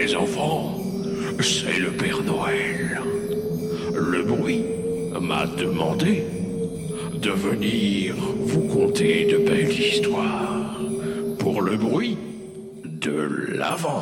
les enfants, c'est le Père Noël. Le bruit m'a demandé de venir vous conter de belles histoires pour le bruit de l'Avent.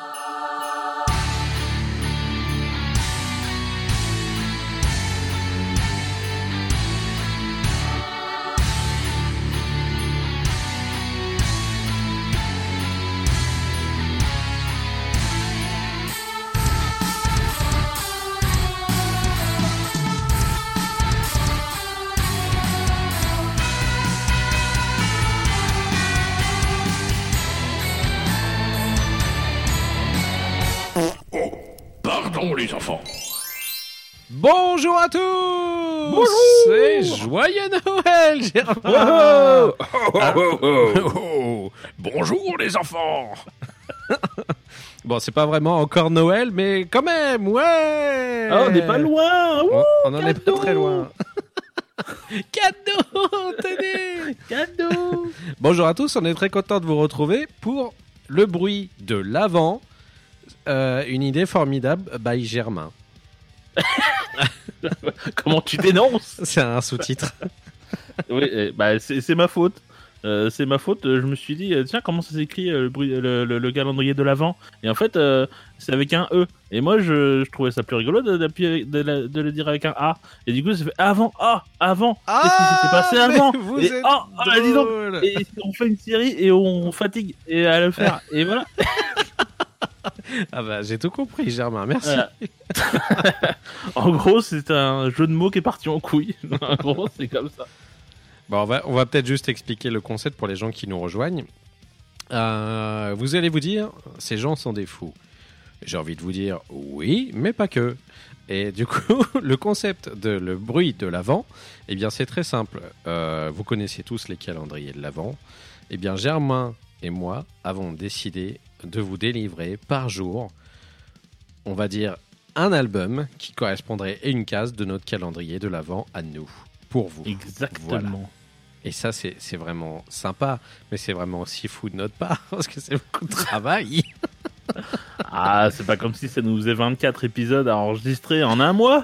Pardon les enfants. Bonjour à tous. Bonjour. C'est joyeux Noël, Gérard. Bonjour les enfants. Bon, c'est pas vraiment encore Noël, mais quand même, ouais. Ah, on n'est pas loin. On en est pas très loin. Cadeau, tenez. Cadeau. Bonjour à tous, on est très content de vous retrouver pour le bruit de l'Avent. Une idée formidable by Germain. Comment tu dénonces? C'est un sous-titre. Oui, c'est ma faute. C'est ma faute. Je me suis dit, tiens, comment ça s'écrit le calendrier de l'Avent? Et en fait, c'est avec un E. Et moi, je trouvais ça plus rigolo de le dire avec un A. Et du coup, ça fait avant. Qu'est-ce qui s'était passé avant? Vous Et êtes dis donc. drôle. Et on fait une série et on fatigue et à le faire. Et voilà. Ah bah, j'ai tout compris, Germain, merci. Voilà. En gros, c'est un jeu de mots qui est parti en couille. En gros, c'est comme ça. Bon, on va peut-être juste expliquer le concept pour les gens qui nous rejoignent. Vous allez vous dire, ces gens sont des fous. J'ai envie de vous dire, oui, mais pas que. Et du coup, le concept de le bruit de l'Avent, eh bien, c'est très simple. Vous connaissez tous les calendriers de l'Avent. Eh bien, Germain et moi avons décidé de vous délivrer par jour, on va dire, un album qui correspondrait à une case de notre calendrier de l'Avent à nous, pour vous. Exactement. Voilà. Et ça, c'est vraiment sympa, mais c'est vraiment aussi fou de notre part, parce que c'est beaucoup de travail. Ah, c'est pas comme si ça nous faisait 24 épisodes à enregistrer en un mois.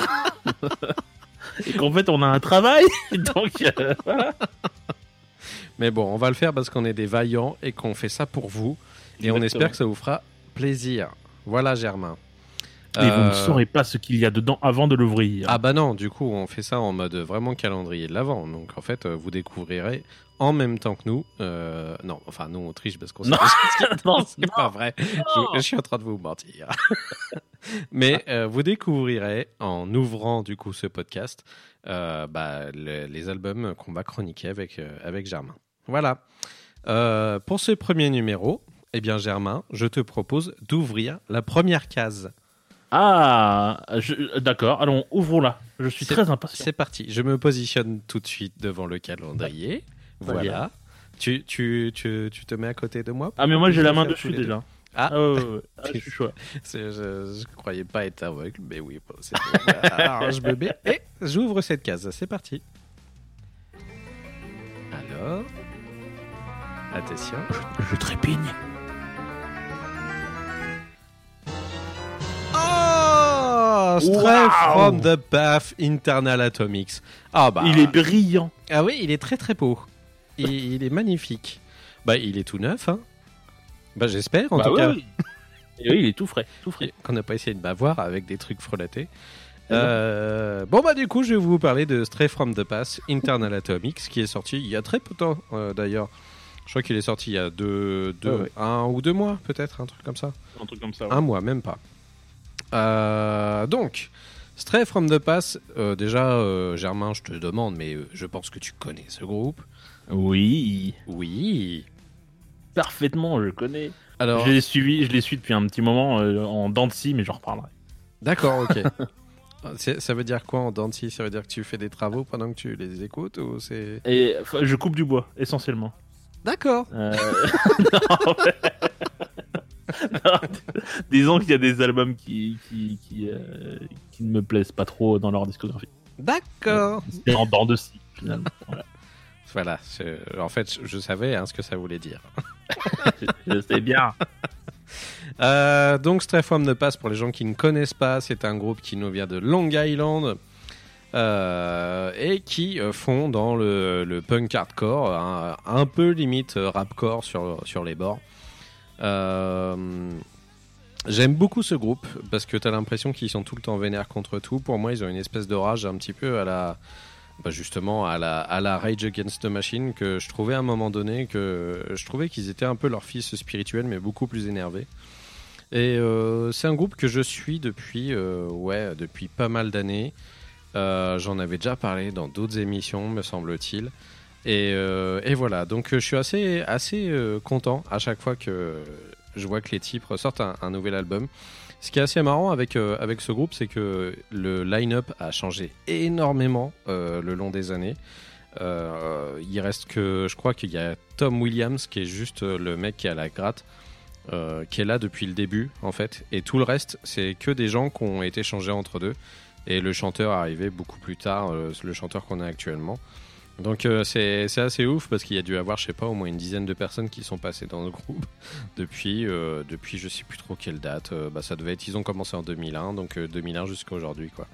Et qu'en fait, on a un travail. Donc, voilà. Mais bon, on va le faire parce qu'on est des vaillants et qu'on fait ça pour vous. Et on espère que ça vous fera plaisir. Voilà, Germain. Et vous ne saurez pas ce qu'il y a dedans avant de l'ouvrir. Ah bah non, du coup, on fait ça en mode vraiment calendrier de l'Avent. Donc, en fait, vous découvrirez en même temps que nous. Non, enfin, nous, on triche parce qu'on sait Non, c'est pas vrai. Je suis en train de vous mentir. Mais vous découvrirez, en ouvrant, du coup, ce podcast, les albums qu'on va chroniquer avec Germain. Voilà. Pour ce premier numéro, eh bien, Germain, je te propose d'ouvrir la première case. Ah, d'accord. Allons, ouvrons-la. Je suis très impatient. C'est parti. Je me positionne tout de suite devant le calendrier. Voilà. Tu te mets à côté de moi? Ah, mais moi, j'ai la main dessus déjà. Ah, ouais. Je suis chaud. Je croyais pas être aveugle, mais oui. Bon, alors, je me mets et j'ouvre cette case. C'est parti. Alors, attention. Je trépigne. Oh, Stray from the Path Internal Atomics. Ah bah. Il est brillant. Ah oui, il est très très beau. Il est magnifique. Bah, il est tout neuf, hein. Bah, j'espère en tout cas. Oui. Et oui, il est tout frais. Qu'on n'a pas essayé de m'avoir avec des trucs frelatés. Bon bah du coup, je vais vous parler de Stray from the Path Internal Atomics, qui est sorti il y a très peu de temps d'ailleurs. Je crois qu'il est sorti il y a 1 ou 2 mois peut-être, un truc comme ça. Un truc comme ça. Ouais. 1 mois, même pas. Donc, Stray from the Path, déjà, Germain, je te demande, mais je pense que tu connais ce groupe. Oui. Parfaitement, je connais. Alors, je les suis depuis un petit moment en dents de scie, mais j'en reparlerai. D'accord, ok. Ça veut dire quoi en dents de scie? Ça veut dire que tu fais des travaux pendant que tu les écoutes ou c'est... Et je coupe du bois, essentiellement. D'accord. Non, disons qu'il y a des albums qui ne me plaisent pas trop dans leur discographie. D'accord. C'est en dents de scie, finalement. Voilà. En fait, je savais ce que ça voulait dire. Je sais bien. Donc Stray from the Past, pour les gens qui ne connaissent pas, c'est un groupe qui nous vient de Long Island et qui font dans le punk hardcore, un peu limite rapcore sur les bords. J'aime beaucoup ce groupe parce que t'as l'impression qu'ils sont tout le temps vénères contre tout. Pour moi, ils ont une espèce de rage un petit peu à la... justement à la Rage Against the Machine, que je trouvais à un moment donné que je trouvais qu'ils étaient un peu leur fils spirituel, mais beaucoup plus énervés. Et c'est un groupe que je suis depuis pas mal d'années. J'en avais déjà parlé dans d'autres émissions, me semble-t-il. Et voilà, donc je suis assez content à chaque fois que je vois que les types ressortent un nouvel album. Ce qui est assez marrant avec ce groupe, c'est que le line-up a changé énormément le long des années. Il reste que, je crois qu'il y a Tom Williams qui est juste le mec qui est à la gratte, qui est là depuis le début en fait. Et tout le reste, c'est que des gens qui ont été changés entre deux. Et le chanteur est arrivé beaucoup plus tard, le chanteur qu'on a actuellement. Donc c'est assez ouf parce qu'il y a dû avoir, je sais pas, au moins une dizaine de personnes qui sont passées dans le groupe depuis je sais plus trop quelle date. Ça devait être, ils ont commencé en 2001, donc 2001 jusqu'à aujourd'hui quoi.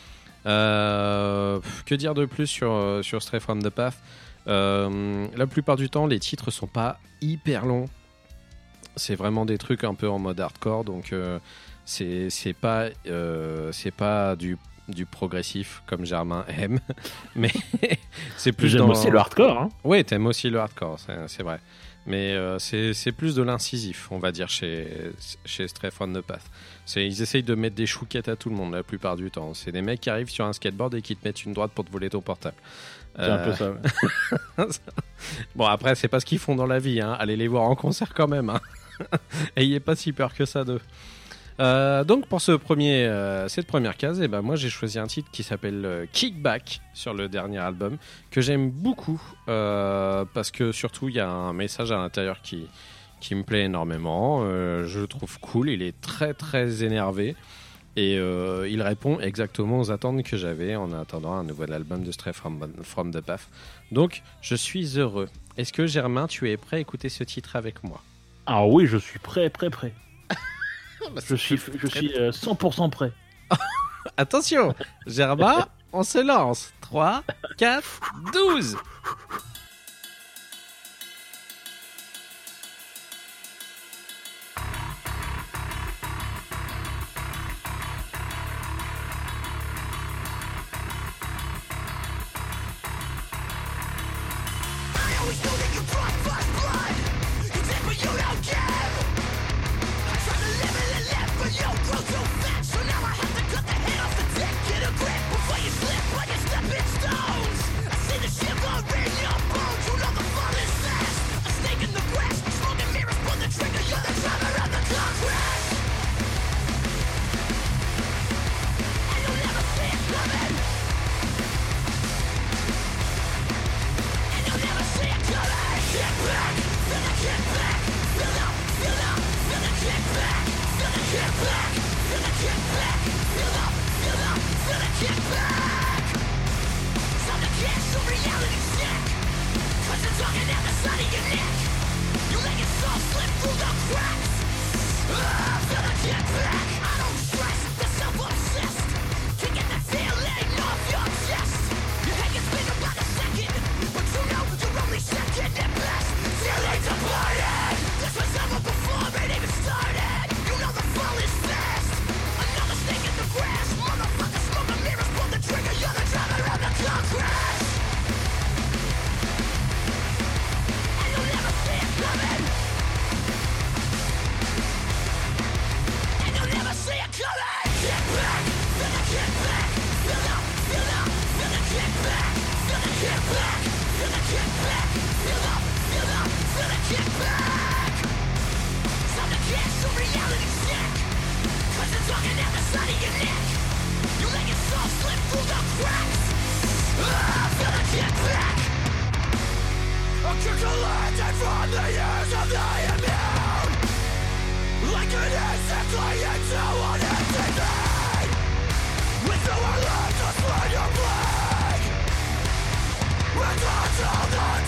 Que dire de plus sur Stray from the Path? La plupart du temps, les titres sont pas hyper longs. C'est vraiment des trucs un peu en mode hardcore, donc c'est pas du progressif comme Germain aime, mais c'est plus J'aime aussi le hardcore, hein. Oui, t'aimes aussi le hardcore, c'est vrai, mais c'est plus de l'incisif, on va dire, chez Stray from the Path. Ils essayent de mettre des chouquettes à tout le monde la plupart du temps. C'est des mecs qui arrivent sur un skateboard et qui te mettent une droite pour te voler ton portable. C'est un peu ça, ouais. Bon, après, c'est pas ce qu'ils font dans la vie, hein. Allez les voir en concert quand même, hein. Ayez pas si peur que ça d'eux. Donc pour cette première case, moi j'ai choisi un titre qui s'appelle Kickback sur le dernier album, que j'aime beaucoup parce que surtout il y a un message à l'intérieur qui me plaît énormément. Je le trouve cool, il est très très énervé et il répond exactement aux attentes que j'avais en attendant un nouvel album de Stray from the Path. Donc je suis heureux. Est-ce que Germain, tu es prêt à écouter ce titre avec moi? Ah oui, je suis prêt. Je suis 100% prêt. Attention, Germain, on se lance. 3, 4, 12.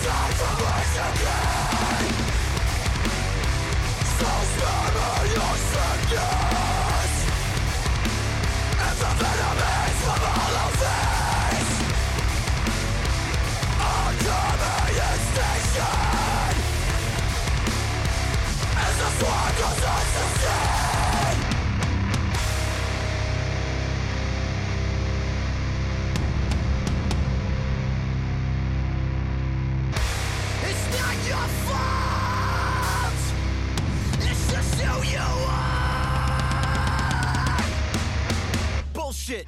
So spare me your your fault. It's just who you are. Bullshit.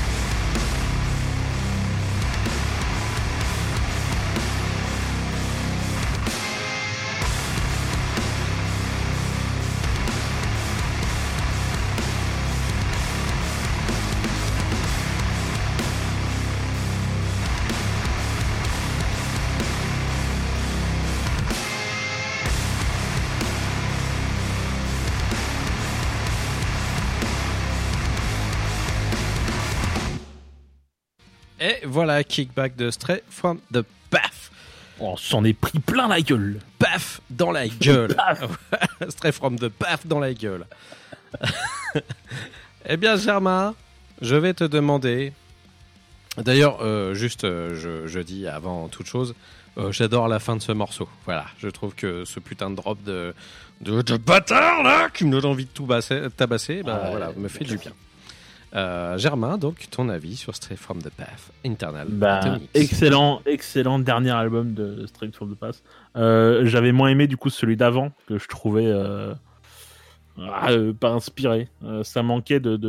Et voilà, kickback de Stray from the Path. On s'en est pris plein la gueule. Paf dans la gueule. Stray from the Path dans la gueule. Eh bien, Germain, je vais te demander. D'ailleurs, je dis avant toute chose, j'adore la fin de ce morceau. Voilà, je trouve que ce putain de drop de bâtard là, qui me donne envie de tout tabasser, voilà, me fait du bien. Germain, donc ton avis sur Stray from the Path, Internal Atomics. Excellent dernier album de Stray from the Path. J'avais moins aimé du coup celui d'avant, que je trouvais pas inspiré. Ça manquait de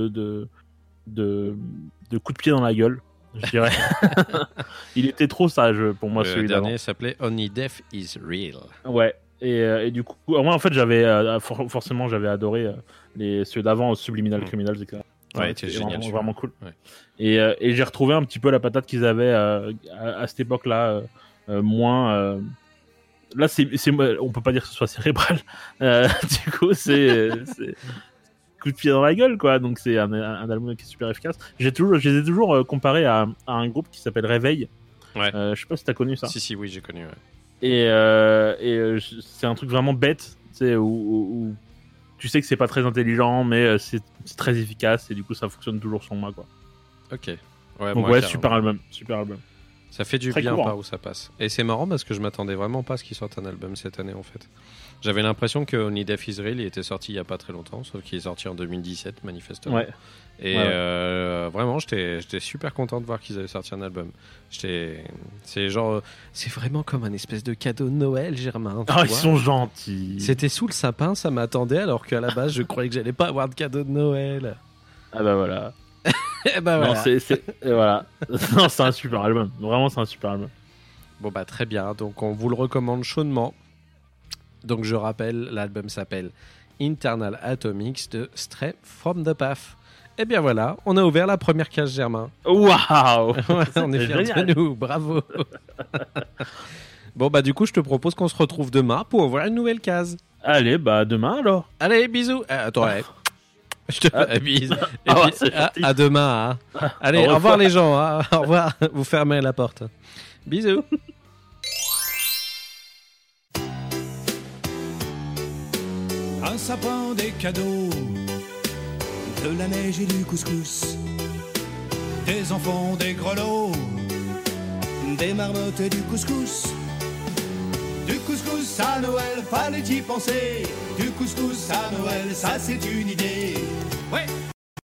coups de pied dans la gueule, je dirais. Il était trop sage pour moi, celui d'avant. Le dernier s'appelait Only Death is Real. Ouais. Et du coup, moi en fait j'avais forcément j'avais adoré ceux d'avant, Subliminal Criminals, etc. Ouais, c'était génial, vraiment cool. Ouais. Et j'ai retrouvé un petit peu la patate qu'ils avaient à cette époque-là, moins. Là, on peut pas dire que ce soit cérébral. Du coup, c'est coup de pied dans la gueule, quoi. Donc c'est un album qui est super efficace. Je les ai toujours comparés à un groupe qui s'appelle Réveil. Ouais. Je sais pas si t'as connu ça. Si, oui, j'ai connu. Ouais. Et c'est un truc vraiment bête, tu sais, où tu sais que c'est pas très intelligent, mais c'est très efficace et du coup ça fonctionne toujours sur moi, quoi. Ok. Ouais, donc moi, ouais, super album. Ça fait du très bien court, par où ça passe. Et c'est marrant parce que je m'attendais vraiment pas à ce qu'il sorte un album cette année en fait. J'avais l'impression que Only Death is Real il était sorti il y a pas très longtemps, sauf qu'il est sorti en 2017 manifestement. Ouais. Et vraiment, j'étais super content de voir qu'ils avaient sorti un album. C'est vraiment comme un espèce de cadeau de Noël, Germain. Ils sont gentils. C'était sous le sapin, ça m'attendait, alors qu'à la base, je croyais que j'allais pas avoir de cadeau de Noël. Ah bah voilà. Et bah voilà. Non, voilà. Non, c'est un super album. Vraiment, c'est un super album. Bon bah très bien, donc on vous le recommande chaudement. Donc je rappelle, l'album s'appelle Internal Atomics de Stray from the Path. Et bien voilà, on a ouvert la première case, Germain. Waouh. On est fiers de nous, bravo. Bon bah du coup, je te propose qu'on se retrouve demain pour ouvrir une nouvelle case. Allez, bah demain alors. Allez, bisous. Attends, allez. Je te bise. À demain. Hein. Allez, au revoir les gens. Hein. Au revoir. Vous fermez la porte. Bisous. Un sapin, des cadeaux, de la neige et du couscous, des enfants, des grelots, des marmottes et du couscous. Du couscous à Noël, fallait y penser. Du couscous à Noël, ça c'est une idée. Ouais.